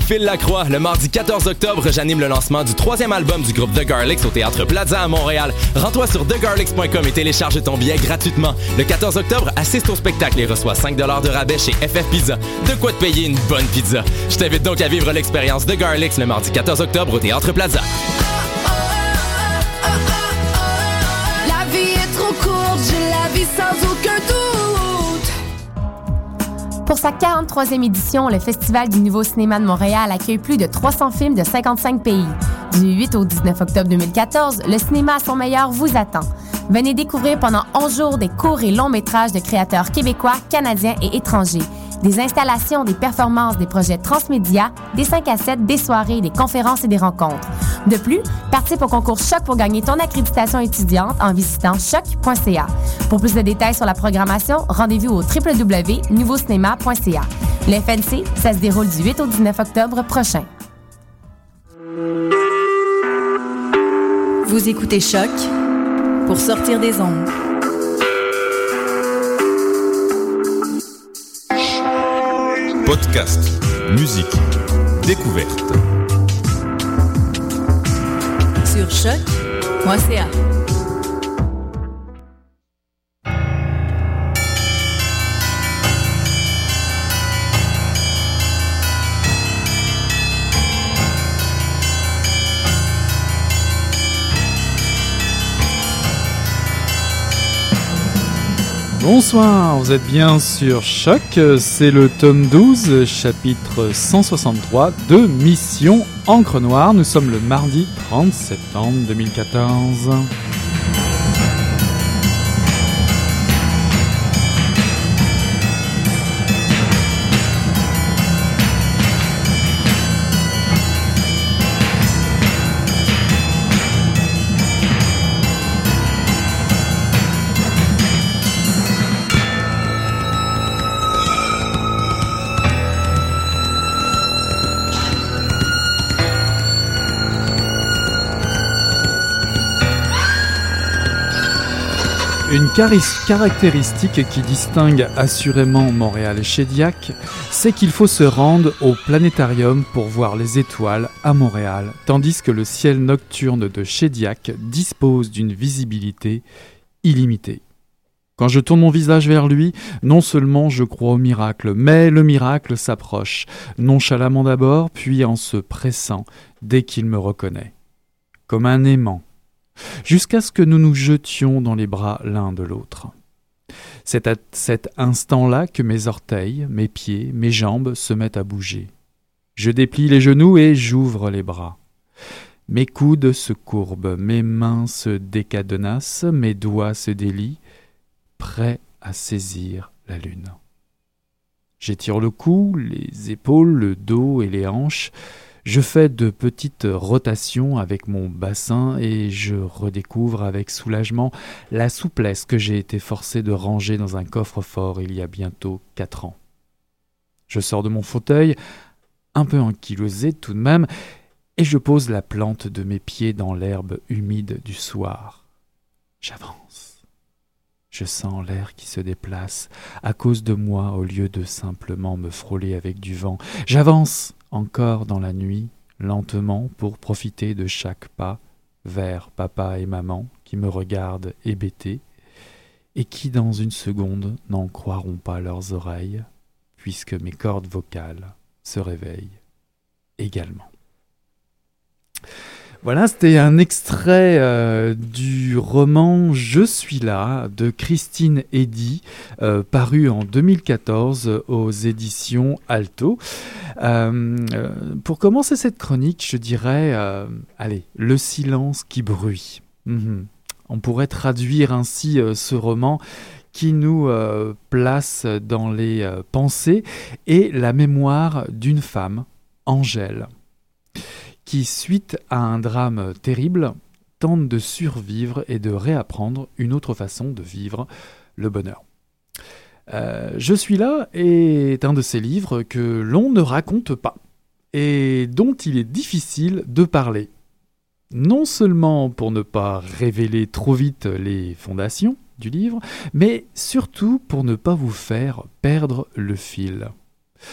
Phil Lacroix. Le mardi 14 octobre, j'anime le lancement du 3e album du groupe The Garlics au Théâtre Plaza à Montréal. Rends-toi sur thegarlics.com et télécharge ton billet gratuitement. Le 14 octobre, assiste au spectacle et reçois 5 $ de rabais chez FF Pizza. De quoi te payer une bonne pizza. Je t'invite donc à vivre l'expérience The Garlics le mardi 14 octobre au Théâtre Plaza. La vie est trop courte, je la vis sans aucun doute. Pour sa 43e édition, le Festival du Nouveau Cinéma de Montréal accueille plus de 300 films de 55 pays. Du 8 au 19 octobre 2014, le cinéma à son meilleur vous attend. Venez découvrir pendant 11 jours des courts et longs métrages de créateurs québécois, canadiens et étrangers. Des installations, des performances, des projets transmédia, des 5 à 7, des soirées, des conférences et des rencontres. De plus, participe au concours Choc pour gagner ton accréditation étudiante en visitant choc.ca. Pour plus de détails sur la programmation, rendez-vous au www.nouveaucinéma.ca. Le FNC, ça se déroule du 8 au 19 octobre prochain. Vous écoutez Choc pour sortir des ondes. Podcast, musique, découverte. Sur choc.ca. Bonsoir, vous êtes bien sur Choc, c'est le tome 12, chapitre 163 de Mission Encre Noire. Nous sommes le mardi 30 septembre 2014. Une caractéristique qui distingue assurément Montréal et Shediac, c'est qu'il faut se rendre au planétarium pour voir les étoiles à Montréal, tandis que le ciel nocturne de Shediac dispose d'une visibilité illimitée. Quand je tourne mon visage vers lui, non seulement je crois au miracle, mais le miracle s'approche, nonchalamment d'abord, puis en se pressant dès qu'il me reconnaît. Comme un aimant. Jusqu'à ce que nous nous jetions dans les bras l'un de l'autre. C'est à cet instant-là que mes orteils, mes pieds, mes jambes se mettent à bouger. Je déplie les genoux et j'ouvre les bras. Mes coudes se courbent, mes mains se décadenassent, mes doigts se délient, prêts à saisir la lune. J'étire le cou, les épaules, le dos et les hanches. Je fais de petites rotations avec mon bassin et je redécouvre avec soulagement la souplesse que j'ai été forcé de ranger dans un coffre-fort il y a bientôt 4 ans. Je sors de mon fauteuil, un peu ankylosé tout de même, et je pose la plante de mes pieds dans l'herbe humide du soir. J'avance. Je sens l'air qui se déplace à cause de moi au lieu de simplement me frôler avec du vent. J'avance encore dans la nuit, lentement, pour profiter de chaque pas vers papa et maman qui me regardent hébétés et qui, dans une seconde, n'en croiront pas leurs oreilles, puisque mes cordes vocales se réveillent également. Voilà, c'était un extrait du roman « Je suis là » de Christine Eddy, paru en 2014 aux éditions Alto. Pour commencer cette chronique, je dirais, le silence qui bruit. On pourrait traduire ainsi ce roman qui nous place dans les pensées et la mémoire d'une femme, Angèle, qui, suite à un drame terrible, tente de survivre et de réapprendre une autre façon de vivre le bonheur. Je suis là est un de ces livres que l'on ne raconte pas et dont il est difficile de parler. Non seulement pour ne pas révéler trop vite les fondations du livre, mais surtout pour ne pas vous faire perdre le fil.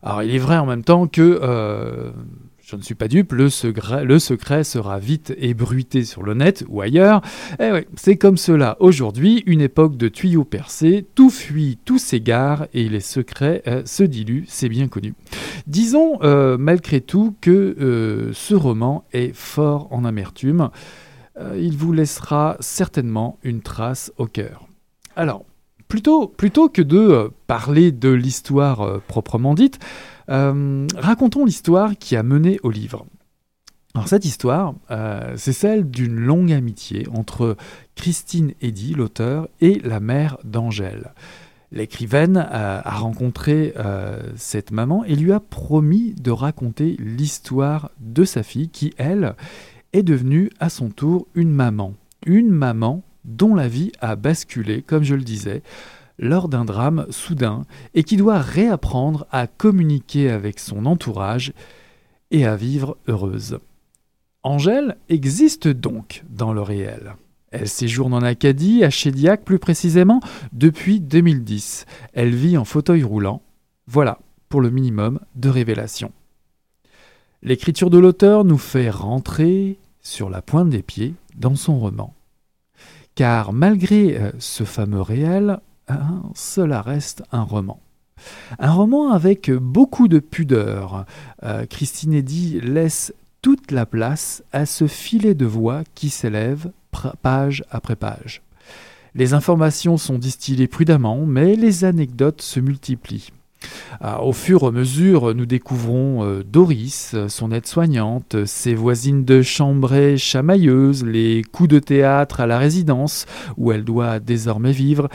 Alors il est vrai en même temps que, je ne suis pas dupe, le secret sera vite ébruité sur le net ou ailleurs. Eh oui, c'est comme cela. Aujourd'hui, une époque de tuyaux percés, tout fuit, tout s'égare et les secrets se diluent, c'est bien connu. Disons malgré tout que ce roman est fort en amertume. Il vous laissera certainement une trace au cœur. Alors, plutôt que de parler de l'histoire proprement dite, racontons l'histoire qui a mené au livre. Alors cette histoire, c'est celle d'une longue amitié entre Christine Eddy, l'auteur, et la mère d'Angèle. L'écrivaine a rencontré cette maman et lui a promis de raconter l'histoire de sa fille qui, elle, est devenue à son tour une maman. Une maman dont la vie a basculé, comme je le disais, lors d'un drame soudain et qui doit réapprendre à communiquer avec son entourage et à vivre heureuse. Angèle existe donc dans le réel. Elle séjourne en Acadie, à Chédiac plus précisément, depuis 2010. Elle vit en fauteuil roulant. Voilà pour le minimum de révélation. L'écriture de l'auteur nous fait rentrer sur la pointe des pieds dans son roman. Car malgré ce fameux réel, cela reste un roman. Un roman avec beaucoup de pudeur. Christine Eddy laisse toute la place à ce filet de voix qui s'élève page après page. Les informations sont distillées prudemment, mais les anecdotes se multiplient. Au fur et à mesure, nous découvrons Doris, son aide-soignante, ses voisines de chambrée chamailleuses, les coups de théâtre à la résidence où elle doit désormais vivre,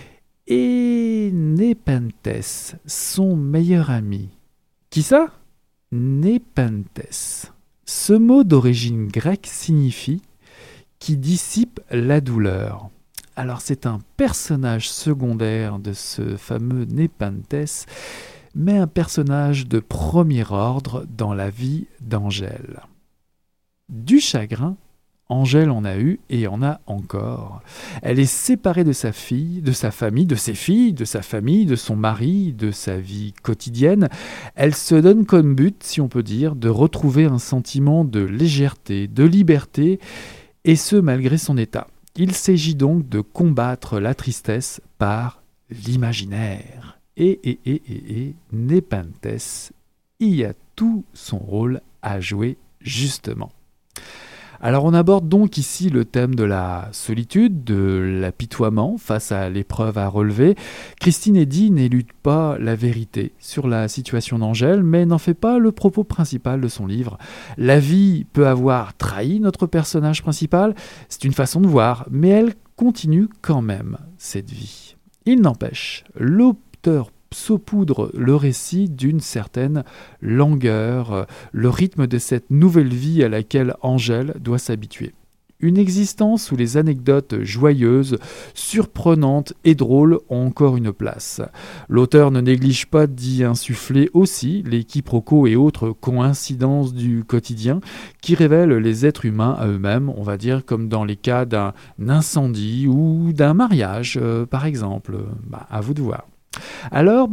et Népenthes, son meilleur ami. Qui ça ? Népenthes. Ce mot d'origine grecque signifie « qui dissipe la douleur ». Alors c'est un personnage secondaire de ce fameux Népenthes, mais un personnage de premier ordre dans la vie d'Angèle. Du chagrin, Angèle en a eu et en a encore. Elle est séparée de sa fille, de sa famille, de ses filles, de sa famille, de son mari, de sa vie quotidienne. Elle se donne comme but, si on peut dire, de retrouver un sentiment de légèreté, de liberté, et ce malgré son état. Il s'agit donc de combattre la tristesse par l'imaginaire. Et Népenthes y a tout son rôle à jouer justement. Alors on aborde donc ici le thème de la solitude, de l'apitoiement face à l'épreuve à relever. Christine Eddy n'élude pas la vérité sur la situation d'Angèle, mais n'en fait pas le propos principal de son livre. La vie peut avoir trahi notre personnage principal, c'est une façon de voir, mais elle continue quand même cette vie. Il n'empêche, l'auteur saupoudre le récit d'une certaine langueur, le rythme de cette nouvelle vie à laquelle Angèle doit s'habituer. Une existence où les anecdotes joyeuses, surprenantes et drôles ont encore une place. L'auteur ne néglige pas d'y insuffler aussi les quiproquos et autres coïncidences du quotidien qui révèlent les êtres humains à eux-mêmes, on va dire comme dans les cas d'un incendie ou d'un mariage, par exemple. À vous de voir. Alors,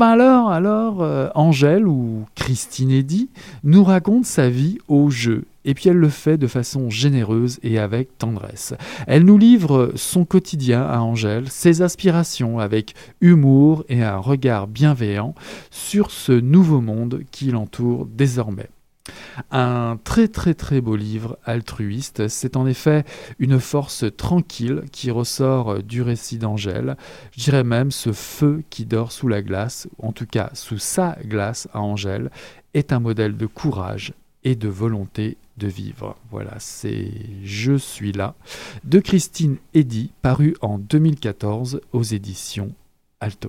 Angèle ou Christine Eddy nous raconte sa vie au jeu. Et puis elle le fait de façon généreuse et avec tendresse. Elle nous livre son quotidien à Angèle, ses aspirations avec humour et un regard bienveillant sur ce nouveau monde qui l'entoure désormais. Un très très très beau livre altruiste, c'est en effet une force tranquille qui ressort du récit d'Angèle, je dirais même ce feu qui dort sous la glace, en tout cas sous sa glace à Angèle, est un modèle de courage et de volonté de vivre. Voilà, c'est « Je suis là » de Christine Eddy, paru en 2014 aux éditions Alto.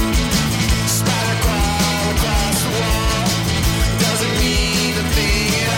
Doesn't mean a thing at all.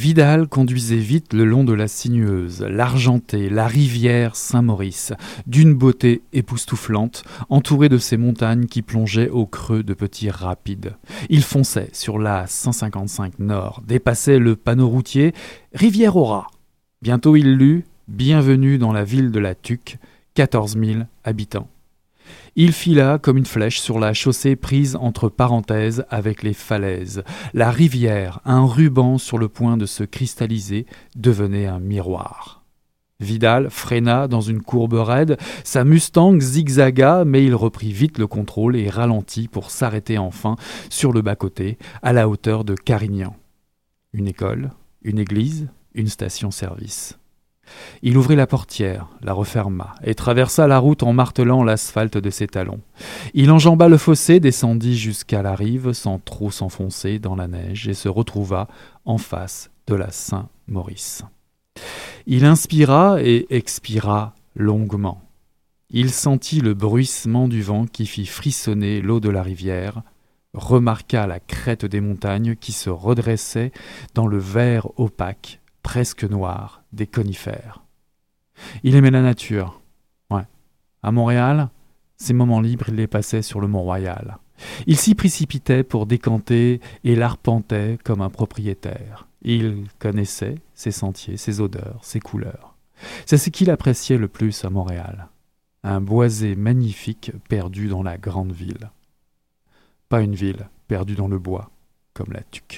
Vidal conduisait vite le long de la sinueuse, l'argentée, la rivière Saint-Maurice, d'une beauté époustouflante, entourée de ces montagnes qui plongeaient au creux de petits rapides. Il fonçait sur la 155 Nord, dépassait le panneau routier « Rivière au rat ». Bientôt il lut « Bienvenue dans la ville de la Tuque, 14 000 habitants ». Il fila comme une flèche sur la chaussée prise entre parenthèses avec les falaises. La rivière, un ruban sur le point de se cristalliser, devenait un miroir. Vidal freina dans une courbe raide, sa Mustang zigzaga, mais il reprit vite le contrôle et ralentit pour s'arrêter enfin sur le bas-côté, à la hauteur de Carignan. Une école, une église, une station-service. Il ouvrit la portière, la referma, et traversa la route en martelant l'asphalte de ses talons. Il enjamba le fossé, descendit jusqu'à la rive sans trop s'enfoncer dans la neige et se retrouva en face de la Saint-Maurice. Il inspira et expira longuement. Il sentit le bruissement du vent qui fit frissonner l'eau de la rivière, remarqua la crête des montagnes qui se redressait dans le vert opaque, presque noir, des conifères. Il aimait la nature. Ouais. À Montréal, ses moments libres, il les passait sur le Mont-Royal. Il s'y précipitait pour décanter et l'arpentait comme un propriétaire. Il connaissait ses sentiers, ses odeurs, ses couleurs. C'est ce qu'il appréciait le plus à Montréal. Un boisé magnifique perdu dans la grande ville. Pas une ville perdue dans le bois, comme la Tuque.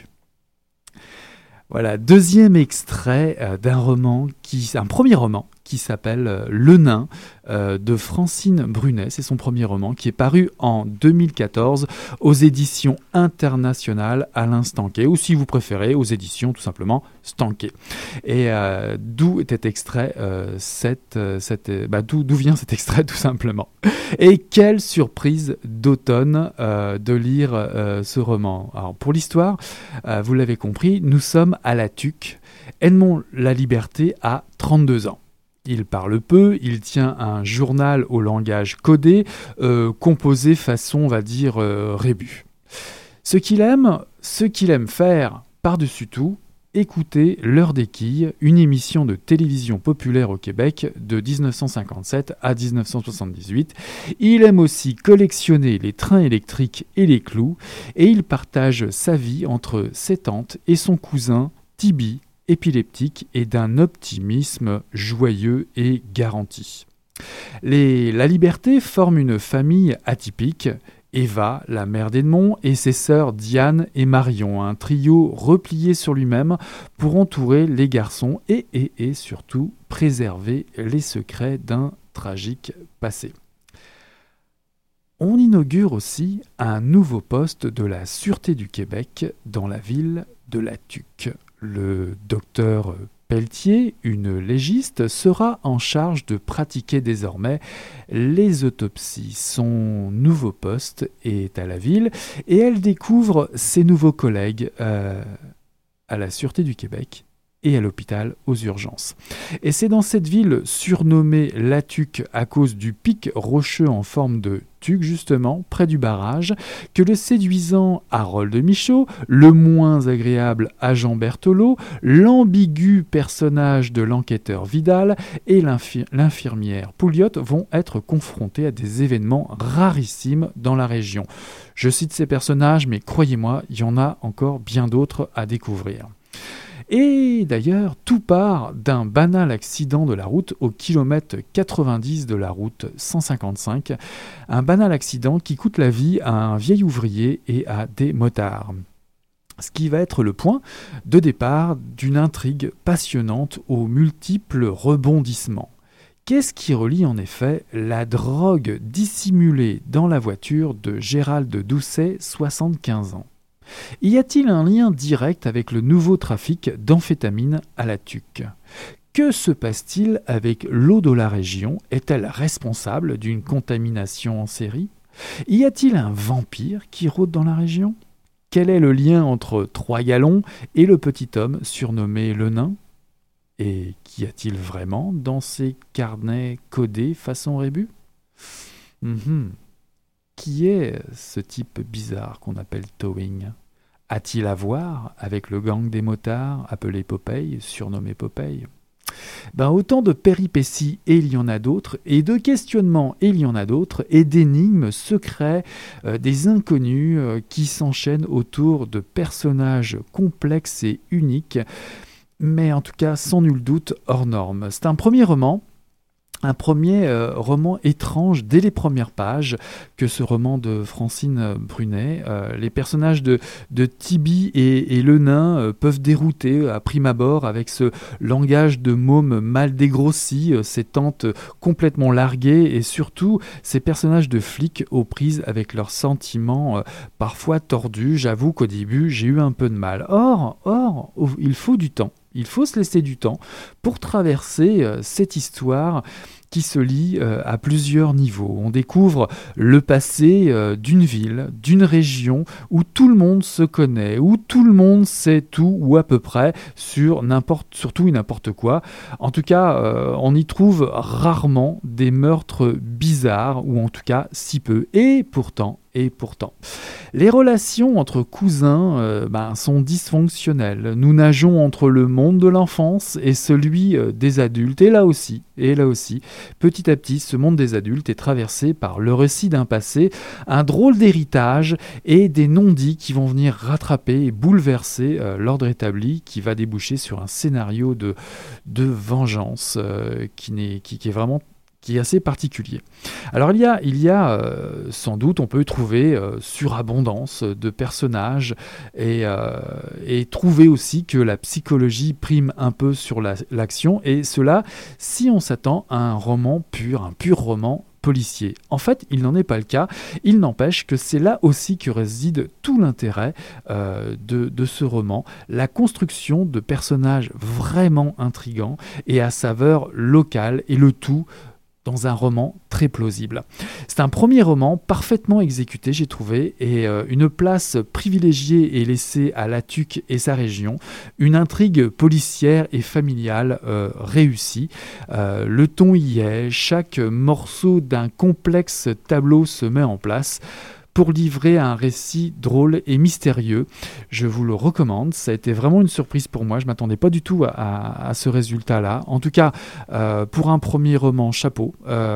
Voilà, deuxième extrait un premier roman qui s'appelle Le Nain de Francine Brunet. C'est son premier roman qui est paru en 2014 aux éditions internationales Alain Stanquet, ou si vous préférez, aux éditions tout simplement Stanquet. Et d'où était extrait d'où vient cet extrait tout simplement. Et quelle surprise d'automne de lire ce roman. Alors pour l'histoire, vous l'avez compris, nous sommes à la Tuque. Edmond Laliberté a 32 ans. Il parle peu, il tient un journal au langage codé, composé façon, on va dire, rébus. Ce qu'il aime faire, par-dessus tout, écouter L'Heure des Quilles, une émission de télévision populaire au Québec de 1957 à 1978. Il aime aussi collectionner les trains électriques et les clous, et il partage sa vie entre ses tantes et son cousin Tibi, épileptique et d'un optimisme joyeux et garanti. Les Laliberté forment une famille atypique. Eva, la mère d'Edmond, et ses sœurs Diane et Marion, un trio replié sur lui-même pour entourer les garçons et surtout préserver les secrets d'un tragique passé. On inaugure aussi un nouveau poste de la Sûreté du Québec dans la ville de la Tuque. Le docteur Pelletier, une légiste, sera en charge de pratiquer désormais les autopsies. Son nouveau poste est à la ville et elle découvre ses nouveaux collègues à la Sûreté du Québec et à l'hôpital aux urgences. Et c'est dans cette ville surnommée La Tuque à cause du pic rocheux en forme de tuque justement, près du barrage, que le séduisant Harold Michaud, le moins agréable agent Berthelot, l'ambigu personnage de l'enquêteur Vidal et l'infirmière Pouliot vont être confrontés à des événements rarissimes dans la région. Je cite ces personnages, mais croyez-moi, il y en a encore bien d'autres à découvrir. Et d'ailleurs, tout part d'un banal accident de la route au kilomètre 90 de la route 155. Un banal accident qui coûte la vie à un vieil ouvrier et à des motards. Ce qui va être le point de départ d'une intrigue passionnante aux multiples rebondissements. Qu'est-ce qui relie en effet la drogue dissimulée dans la voiture de Gérald Doucet, 75 ans ? Y a-t-il un lien direct avec le nouveau trafic d'amphétamines à la Tuque ? Que se passe-t-il avec l'eau de la région ? Est-elle responsable d'une contamination en série ? Y a-t-il un vampire qui rôde dans la région ? Quel est le lien entre 3 gallons et le petit homme surnommé le nain ? Et qu'y a-t-il vraiment dans ces carnets codés façon rébus ? Qui est ce type bizarre qu'on appelle Towing ? A-t-il à voir avec le gang des motards appelé Popeye, surnommé Popeye ? Autant de péripéties, et il y en a d'autres, et de questionnements, et il y en a d'autres, et d'énigmes, secrets, des inconnus qui s'enchaînent autour de personnages complexes et uniques, mais en tout cas sans nul doute hors norme. C'est un premier roman étrange dès les premières pages que ce roman de Francine Brunet. Les personnages de Tibi et le nain peuvent dérouter à prime abord avec ce langage de môme mal dégrossi, ces tantes complètement larguées et surtout ces personnages de flics aux prises avec leurs sentiments parfois tordus. J'avoue qu'au début j'ai eu un peu de mal. Or, il faut du temps. Il faut se laisser du temps pour traverser cette histoire qui se lit à plusieurs niveaux. On découvre le passé d'une ville, d'une région où tout le monde se connaît, où tout le monde sait tout ou à peu près sur tout et n'importe quoi. En tout cas, on y trouve rarement des meurtres bizarres, ou en tout cas si peu. Et pourtant, les relations entre cousins sont dysfonctionnelles. Nous nageons entre le monde de l'enfance et celui des adultes. Et là aussi, petit à petit, ce monde des adultes est traversé par le récit d'un passé, un drôle d'héritage et des non-dits qui vont venir rattraper et bouleverser l'ordre établi, qui va déboucher sur un scénario de vengeance qui est assez particulier. Alors il y a sans doute, on peut trouver surabondance de personnages et trouver aussi que la psychologie prime un peu sur l'action, et cela si on s'attend à un pur roman policier. En fait, il n'en est pas le cas. Il n'empêche que c'est là aussi que réside tout l'intérêt de ce roman, la construction de personnages vraiment intrigants et à saveur locale, et le tout dans un roman très plausible. C'est un premier roman parfaitement exécuté, j'ai trouvé, et une place privilégiée est laissée à Latuc et sa région, une intrigue policière et familiale réussie. Le ton y est, chaque morceau d'un complexe tableau se met en place pour livrer un récit drôle et mystérieux. Je vous le recommande, ça a été vraiment une surprise pour moi, je ne m'attendais pas du tout à ce résultat-là. En tout cas, pour un premier roman, chapeau.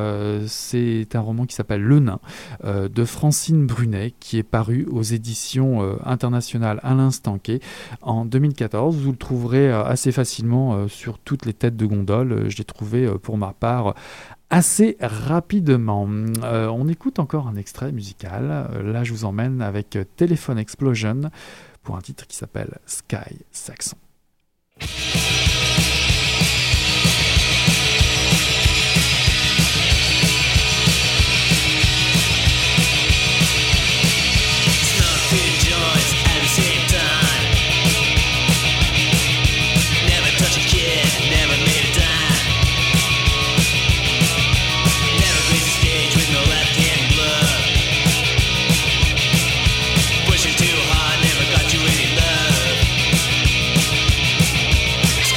C'est un roman qui s'appelle Le Nain, de Francine Brunet, qui est paru aux éditions internationales Alain Stanquet en 2014. Vous le trouverez assez facilement sur toutes les têtes de gondole. Je l'ai trouvé pour ma part assez rapidement. On écoute encore un extrait musical. Là, je vous emmène avec Telephone Explosion pour un titre qui s'appelle Sky Saxon. Pushing too hard, never got you any love.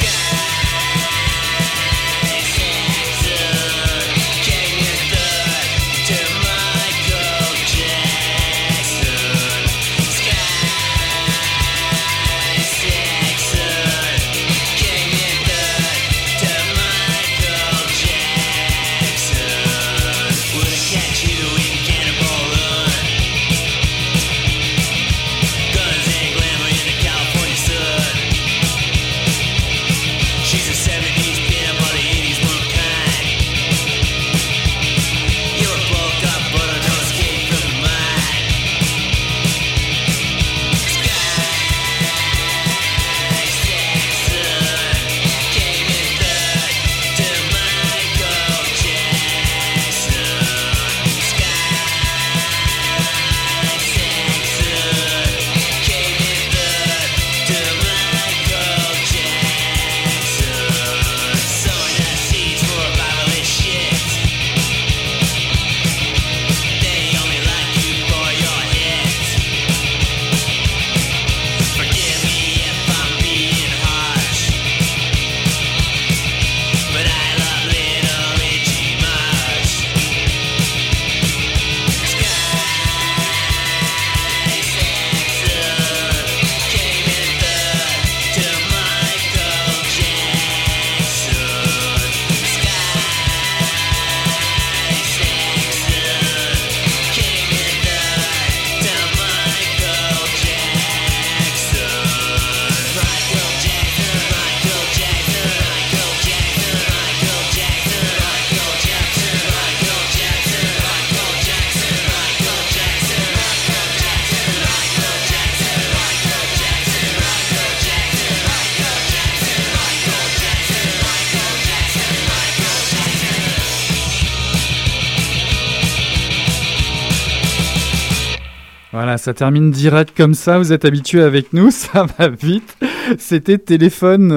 Voilà, ça termine direct comme ça. Vous êtes habitués avec nous, ça va vite. C'était téléphone.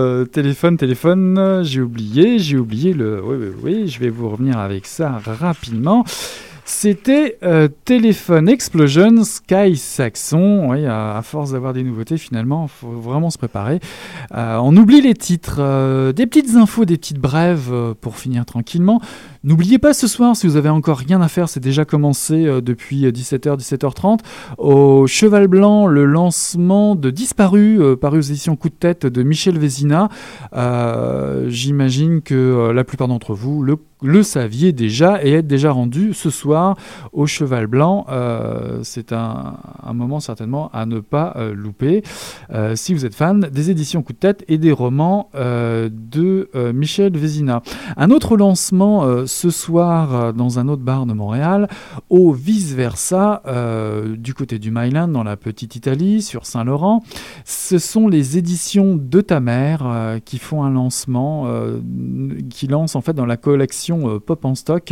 J'ai oublié le. Oui, je vais vous revenir avec ça rapidement. C'était Téléphone Explosion, Sky Saxon. Oui, à force d'avoir des nouveautés, finalement, il faut vraiment se préparer. On oublie les titres, des petites infos, des petites brèves pour finir tranquillement. N'oubliez pas ce soir, si vous avez encore rien à faire, c'est déjà commencé depuis 17h, 17h30, au Cheval Blanc, le lancement de Disparu, paru aux éditions Coup de Tête de Michel Vézina. J'imagine que la plupart d'entre vous le saviez déjà et êtes déjà rendu ce soir au Cheval Blanc. C'est un moment certainement à ne pas louper si vous êtes fan des éditions Coup de Tête et des romans de Michel Vézina. Un autre lancement ce soir dans un autre bar de Montréal, au Vice Versa, du côté du Myland, dans la petite Italie, sur Saint-Laurent. Ce sont les éditions de ta mère qui font un lancement, qui lancent en fait dans la collection Pop en Stock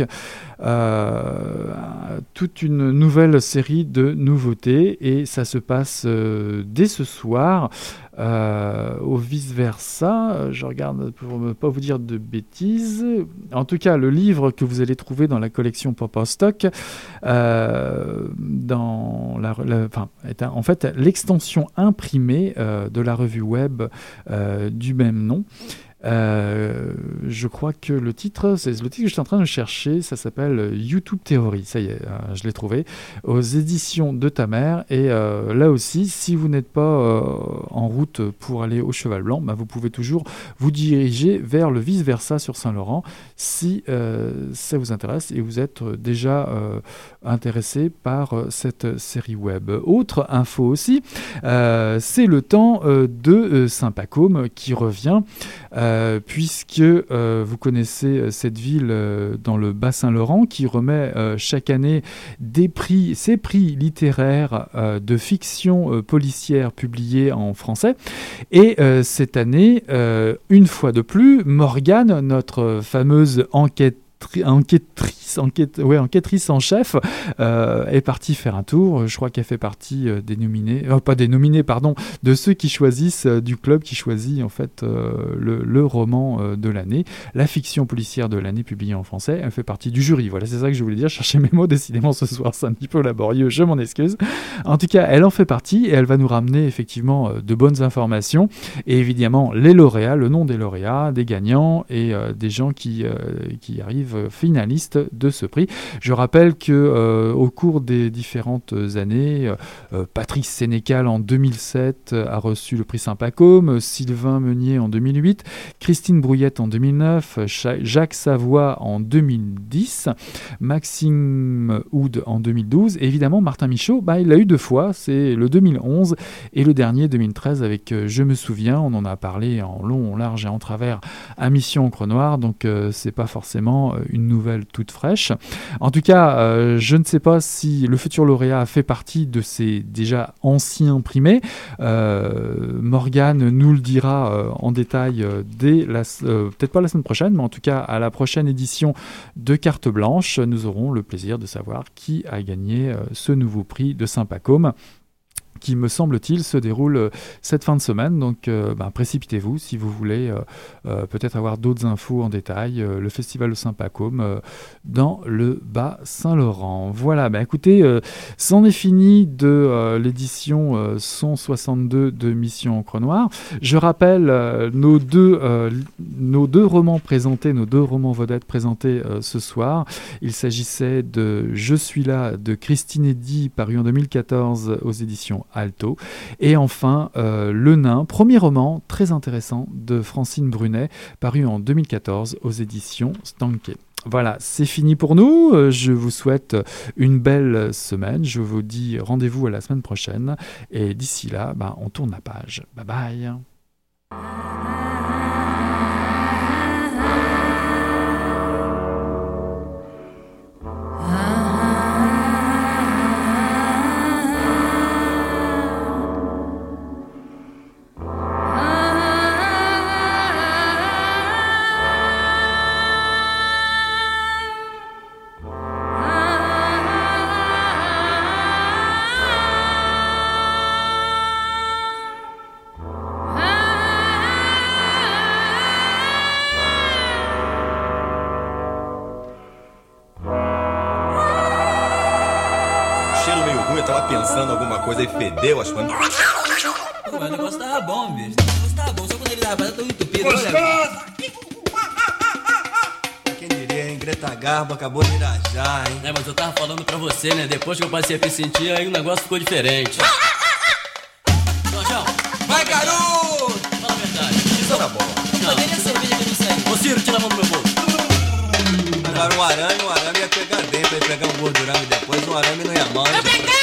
toute une nouvelle série de nouveautés, et ça se passe dès ce soir. Au Vice Versa, je regarde pour ne pas vous dire de bêtises. En tout cas, le livre que vous allez trouver dans la collection Pop en Stock, est en fait l'extension imprimée de la revue web du même nom. Je crois que le titre, c'est le titre que je suis en train de chercher, ça s'appelle YouTube Theory. Ça y est, je l'ai trouvé aux éditions de ta mère. Et là aussi, si vous n'êtes pas en route pour aller au Cheval Blanc, vous pouvez toujours vous diriger vers le Vice Versa sur Saint-Laurent si ça vous intéresse et vous êtes déjà intéressé par cette série web. Autre info aussi, c'est le temps de Saint-Pacôme qui revient. Puisque vous connaissez cette ville dans le Bas-Saint-Laurent qui remet chaque année ses prix littéraires de fiction policière publiés en français. Et cette année, une fois de plus, Morgane, notre fameuse enquêtrice en chef, est partie faire un tour. Je crois qu'elle fait partie de ceux qui choisissent, du club qui choisit en fait le roman de l'année, la fiction policière de l'année publiée en français. Elle fait partie du jury. Voilà, c'est ça que je voulais dire. Chercher mes mots, décidément ce soir c'est un petit peu laborieux, je m'en excuse. En tout cas, elle en fait partie et elle va nous ramener effectivement de bonnes informations et évidemment les lauréats, le nom des lauréats, des gagnants et des gens qui arrivent finalistes de ce prix. Je rappelle que au cours des différentes années, Patrick Sénécal en 2007 a reçu le prix Saint-Pacôme, Sylvain Meunier en 2008, Christine Brouillette en 2009, Jacques Savoie en 2010, Maxime Houd en 2012 et évidemment Martin Michaud, il l'a eu 2 fois, c'est le 2011 et le dernier 2013 avec Je me souviens, on en a parlé en long, en large et en travers à Mission Encre Noire, donc c'est pas forcément une nouvelle toute fraîche. En tout cas, je ne sais pas si le futur lauréat fait partie de ces déjà anciens primés. Morgane nous le dira en détail peut-être pas la semaine prochaine, mais en tout cas à la prochaine édition de Carte Blanche, nous aurons le plaisir de savoir qui a gagné ce nouveau prix de Saint-Pacôme, qui, me semble-t-il, se déroule cette fin de semaine. Donc, précipitez-vous si vous voulez peut-être avoir d'autres infos en détail. Le Festival de Saint-Pacôme dans le Bas-Saint-Laurent. Voilà, écoutez, c'en est fini de l'édition 162 de Mission Encre Noire. Je rappelle nos deux romans présentés, nos 2 romans vedettes présentés ce soir. Il s'agissait de Je suis là de Christine Eddy, paru en 2014 aux éditions Alto. Et enfin, Le Nain, premier roman très intéressant de Francine Brunet, paru en 2014 aux éditions Stanké. Voilà, c'est fini pour nous. Je vous souhaite une belle semaine. Je vous dis rendez-vous à la semaine prochaine. Et d'ici là, on tourne la page. Bye bye. coisa e fedeu, acho que... Pô, mas o negócio tava bom, bicho. O negócio tava bom, só quando ele tava tão entupido. Gostoso! Quem diria, hein? Greta Garbo acabou de irajar, hein? É, mas eu tava falando pra você, né? Depois que eu passei a me sentir, aí o negócio ficou diferente. Jorjão! Vai, garoto! Fala a verdade. Isso tá bom. Não, cadê a cerveja que eu não sei? Ô, Ciro, tira a mão do meu bolso. Agora um arame ia pegar dentro, ia pegar um gordurão e depois um arame não ia mal.